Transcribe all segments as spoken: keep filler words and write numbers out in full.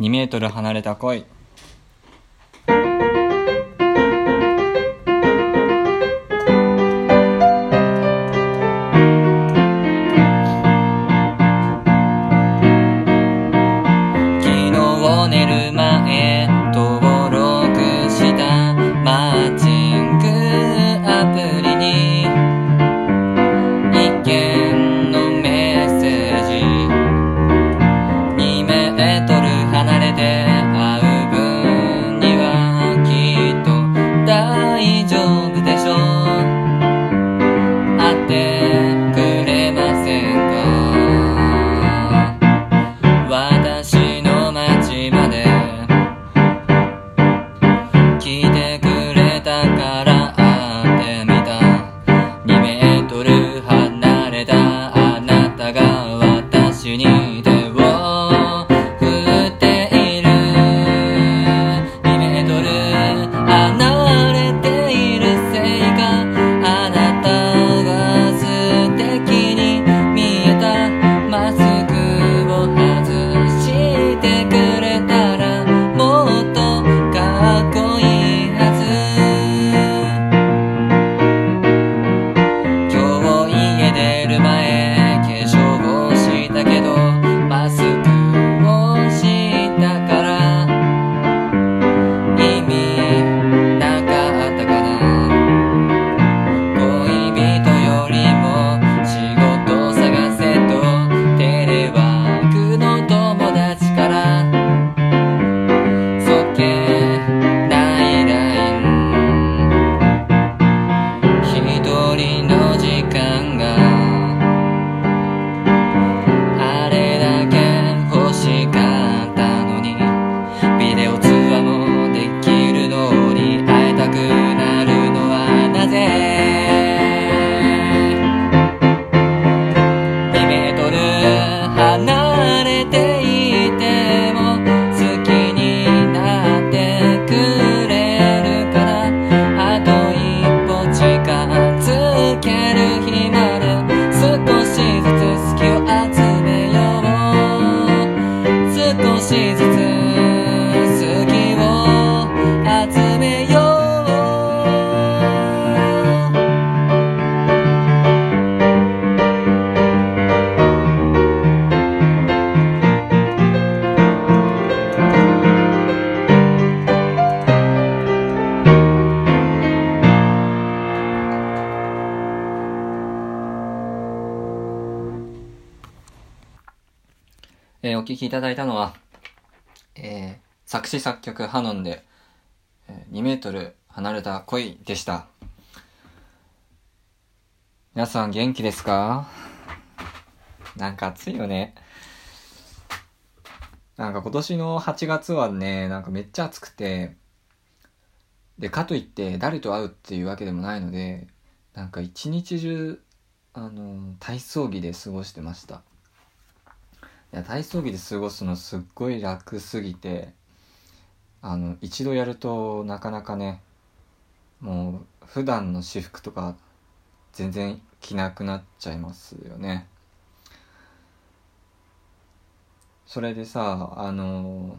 にメートル離れた恋。寝る前登録したマッチングアプリに一件のメッセージ、にメートル離れて会う分にはきっと大丈夫でしょう。会ってくれませんか。私の街まで来てくれたから会ってみた。にメートル離れたあなたが私に手を振っている。にメートル離れているせいか、あなたが素敵に見えた。マスクを外してくれたらもっとかっこいいはず。今日家出る前化粧をしたけどマスクをしたから意味なかったかな。恋人よりも仕事探せとテレワークの友達からそけないライン。一人の時間があれだけ欲しかったのに、ビデオ通話もできるのに会えたくなるのはなぜ。にメートル離れていても好きになってくれるから、あと一歩近づける日まで少しずつ好きを集めよう。少しずつ好きを集めよう。えーお聴きいただいたのは、えー作詞作曲ハノンで、えーにメートル離れた恋でした。皆さん元気ですか？なんか暑いよね。なんか今年のはちがつはね、なんかめっちゃ暑くて、でかといって誰と会うっていうわけでもないので、なんか一日中あの体操着で過ごしてました。いや体操着で過ごすのすっごい楽すぎて、あの一度やるとなかなかね、もう普段の私服とか全然着なくなっちゃいますよね。それでさ、あの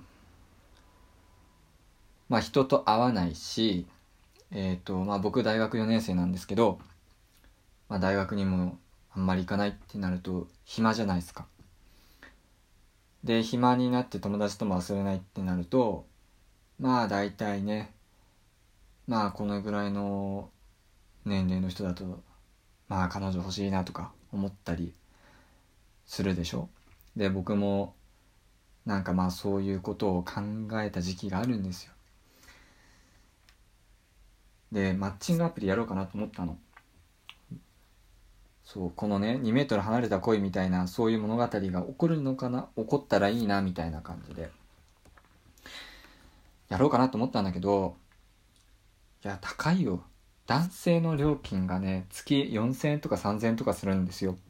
まあ人と会わないし、えっとまあ僕大学よねん生なんですけど、まあ大学にもあんまり行かないってなると暇じゃないですか。で暇になって友達とも遊べないってなると、まあ大体ね、まあこのぐらいの年齢の人だとまあ彼女欲しいなとか思ったりするでしょ。で僕もなんかまあそういうことを考えた時期があるんですよ。でマッチングアプリやろうかなと思ったの。そうこのねにメートル離れた恋みたいなそういう物語が起こるのかな、起こったらいいなみたいな感じでやろうかなと思ったんだけど、いや高いよ。男性の料金がね月よんせんえんとかさんぜんえんとかするんですよ。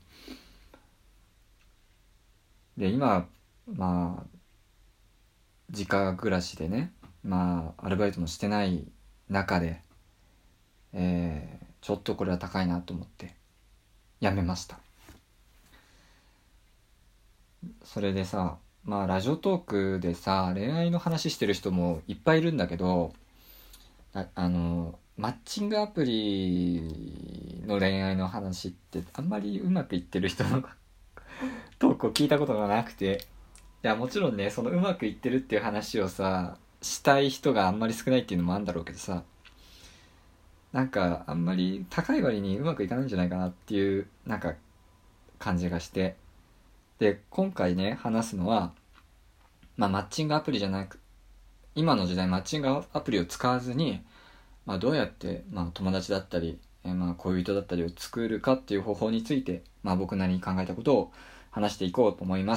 で今まあ実家暮らしでね、まあアルバイトもしてない中で、えー、ちょっとこれは高いなと思ってやめました。それでさ、 まあラジオトークでさ恋愛の話してる人もいっぱいいるんだけど、あ、あのマッチングアプリの恋愛の話ってあんまりうまくいってる人の投稿聞いたことがなくて、いやもちろんねそのうまくいってるっていう話をさしたい人があんまり少ないっていうのもあるんだろうけどさ、なんかあんまり高い割にうまくいかないんじゃないかなっていうなんか感じがして、で今回ね話すのは、まあ、マッチングアプリじゃなく今の時代マッチングアプリを使わずに、まあ、どうやって、まあ、友達だったり、えーまあ恋人だったりを作るかっていう方法について、まあ、僕なりに考えたことを話していこうと思います。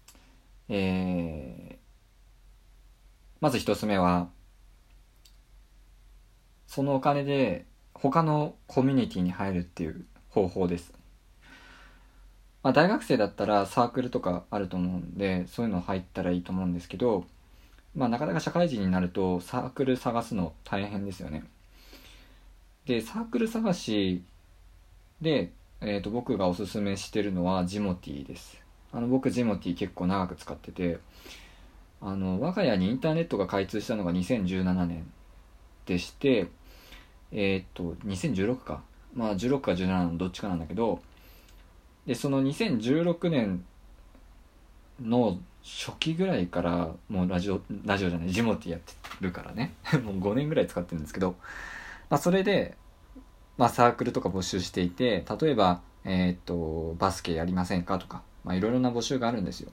えー、まず一つ目は、そのお金で他のコミュニティに入るっていう方法です。まあ、大学生だったらサークルとかあると思うんで、そういうの入ったらいいと思うんですけど、まあ、なかなか社会人になるとサークル探すの大変ですよね。で、サークル探しで、えーと、僕がおすすめしてるのはジモティーです。あの僕ジモティー結構長く使ってて、あの我が家にインターネットが開通したのがにせんじゅうななねんでして、えっ、ー、とにせんじゅうろくか、まあじゅうろくかじゅうななのどっちかなんだけど、でそのにせんじゅうろくねんの初期ぐらいからもうラジオラジオじゃないジモティーやってるからねもうごねんぐらい使ってるんですけど、まあ、それで、まあ、サークルとか募集していて、例えば、えっ、ー、とバスケやりませんかとか、まあ、いろいろな募集があるんですよ。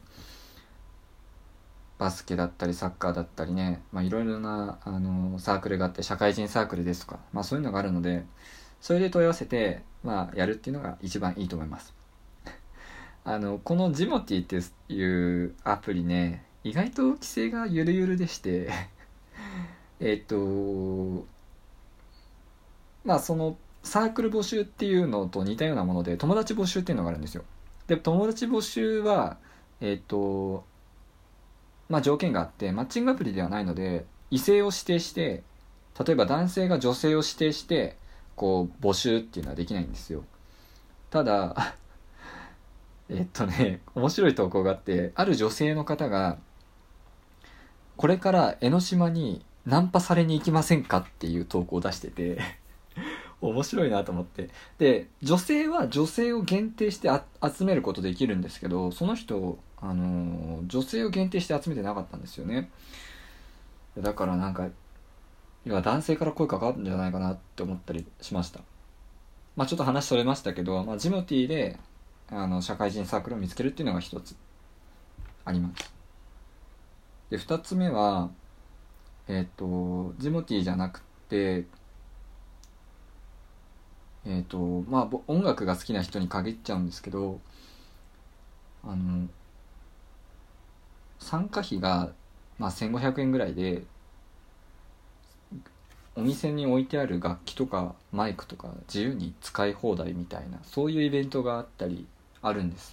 バスケだったりサッカーだったりね、まあ、いろいろなあのサークルがあって、社会人サークルですとか、まあ、そういうのがあるので、それで問い合わせて、まあ、やるっていうのが一番いいと思います。あのこのジモティっていうアプリね、意外と規制がゆるゆるでしてえっとまあそのサークル募集っていうのと似たようなもので、友達募集っていうのがあるんですよ。で友達募集はえっとまあ条件があって、マッチングアプリではないので異性を指定して、例えば男性が女性を指定してこう募集っていうのはできないんですよ。ただえっとね面白い投稿があって、ある女性の方がこれから江ノ島にナンパされに行きませんかっていう投稿を出してて面白いなと思って、で女性は女性を限定してあ集めることできるんですけど、その人、あのー女性を限定して集めてなかったんですよね。だからなんか今男性から声かかるんじゃないかなって思ったりしました。まあちょっと話それましたけど、まあ、ジモティーであの社会人サークルを見つけるっていうのが一つあります。で二つ目は、えっ、とジモティーじゃなくて、えっ、とまあぼ音楽が好きな人に限っちゃうんですけど、あの参加費が、まあ、せんごひゃくえんぐらいでお店に置いてある楽器とかマイクとか自由に使い放題みたいな、そういうイベントがあったりあるんです。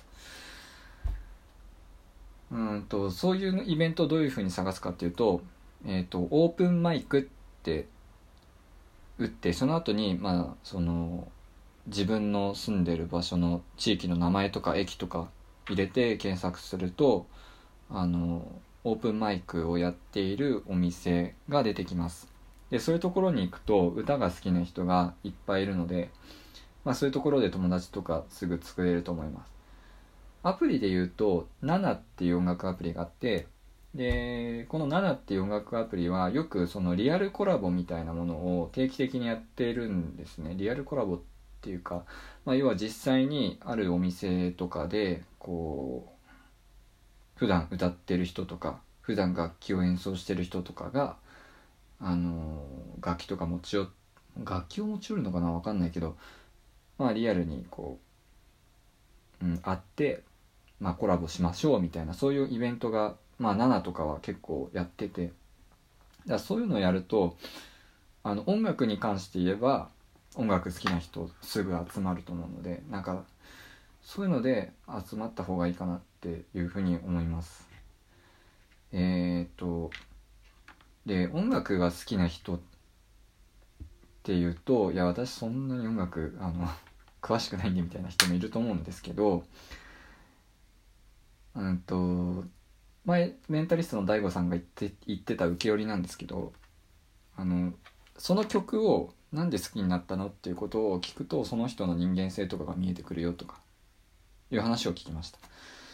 うんとそういうイベントをどういう風に探すかっていうと、えーと、オープンマイクって打って、その後にまあその自分の住んでる場所の地域の名前とか駅とか入れて検索すると、あのオープンマイクをやっているお店が出てきます。でそういうところに行くと歌が好きな人がいっぱいいるので、まあ、そういうところで友達とかすぐ作れると思います。アプリで言うとナナっていう音楽アプリがあって、でこのナナっていう音楽アプリはよくそのリアルコラボみたいなものを定期的にやってるんですね。リアルコラボっていうか、まあ、要は実際にあるお店とかでこう普段歌ってる人とか普段楽器を演奏してる人とかが、あの楽器とか持ち寄楽器を持ち寄るのかな、わかんないけど、まあリアルにこう、うん、会って、まあ、コラボしましょうみたいな、そういうイベントが、まあ、ナナとかは結構やってて、だからそういうのをやると、あの音楽に関して言えば音楽好きな人すぐ集まると思うので、なんかそういうので集まった方がいいかなっていうふうに思います。えー、っとで音楽が好きな人っていうと、いや私そんなに音楽あの詳しくないんでみたいな人もいると思うんですけど、うんと前メンタリストの ダイゴ さんが言って言ってた受け寄りなんですけど、あのその曲をなんで好きになったのっていうことを聞くと、その人の人間性とかが見えてくるよとかいう話を聞きました。だ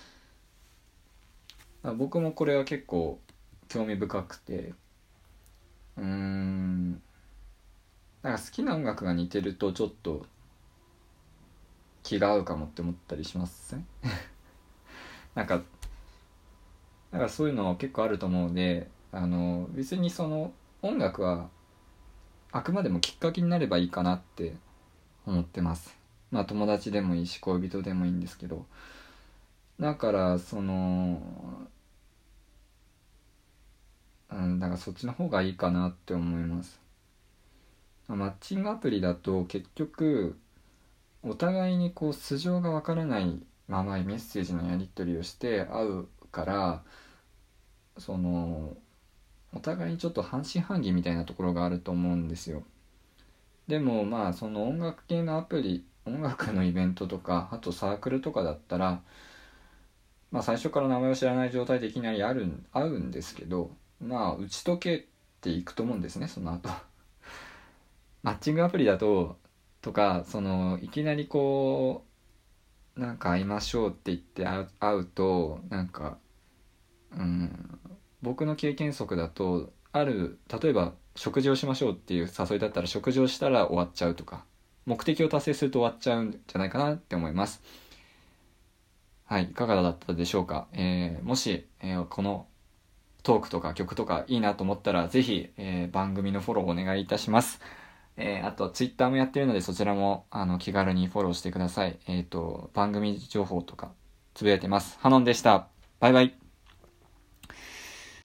から僕もこれは結構興味深くて、うーんなんか好きな音楽が似てるとちょっと気が合うかもって思ったりしますねなんかなんかそういうの結構あると思うので、あの別にその音楽はあくまでもきっかけになればいいかなって思ってます。まあ友達でもいいし恋人でもいいんですけど、だからそのうんだからそっちの方がいいかなって思います。マッチングアプリだと結局お互いにこう素性がわからないままメッセージのやり取りをして会うから、そのお互いにちょっと半信半疑みたいなところがあると思うんですよ。でもまあその音楽系のアプリ、音楽のイベントとか、あとサークルとかだったら、まあ最初から名前を知らない状態でいきなりある会うんですけど、まあ打ち解けていくと思うんですね、その後マッチングアプリだととか、そのいきなりこうなんか会いましょうって言って会う、会うとなんかうん僕の経験則だと、ある例えば食事をしましょうっていう誘いだったら食事をしたら終わっちゃうとか、目的を達成すると終わっちゃうんじゃないかなって思います。はい、いかがだったでしょうか。えーもし、えーこのトークとか曲とかいいなと思ったらぜひ、えー番組のフォローお願いいたします。えーあとツイッターもやってるので、そちらもあの気軽にフォローしてください。えっと番組情報とかつぶやいてます。ハノンでした。バイバイ。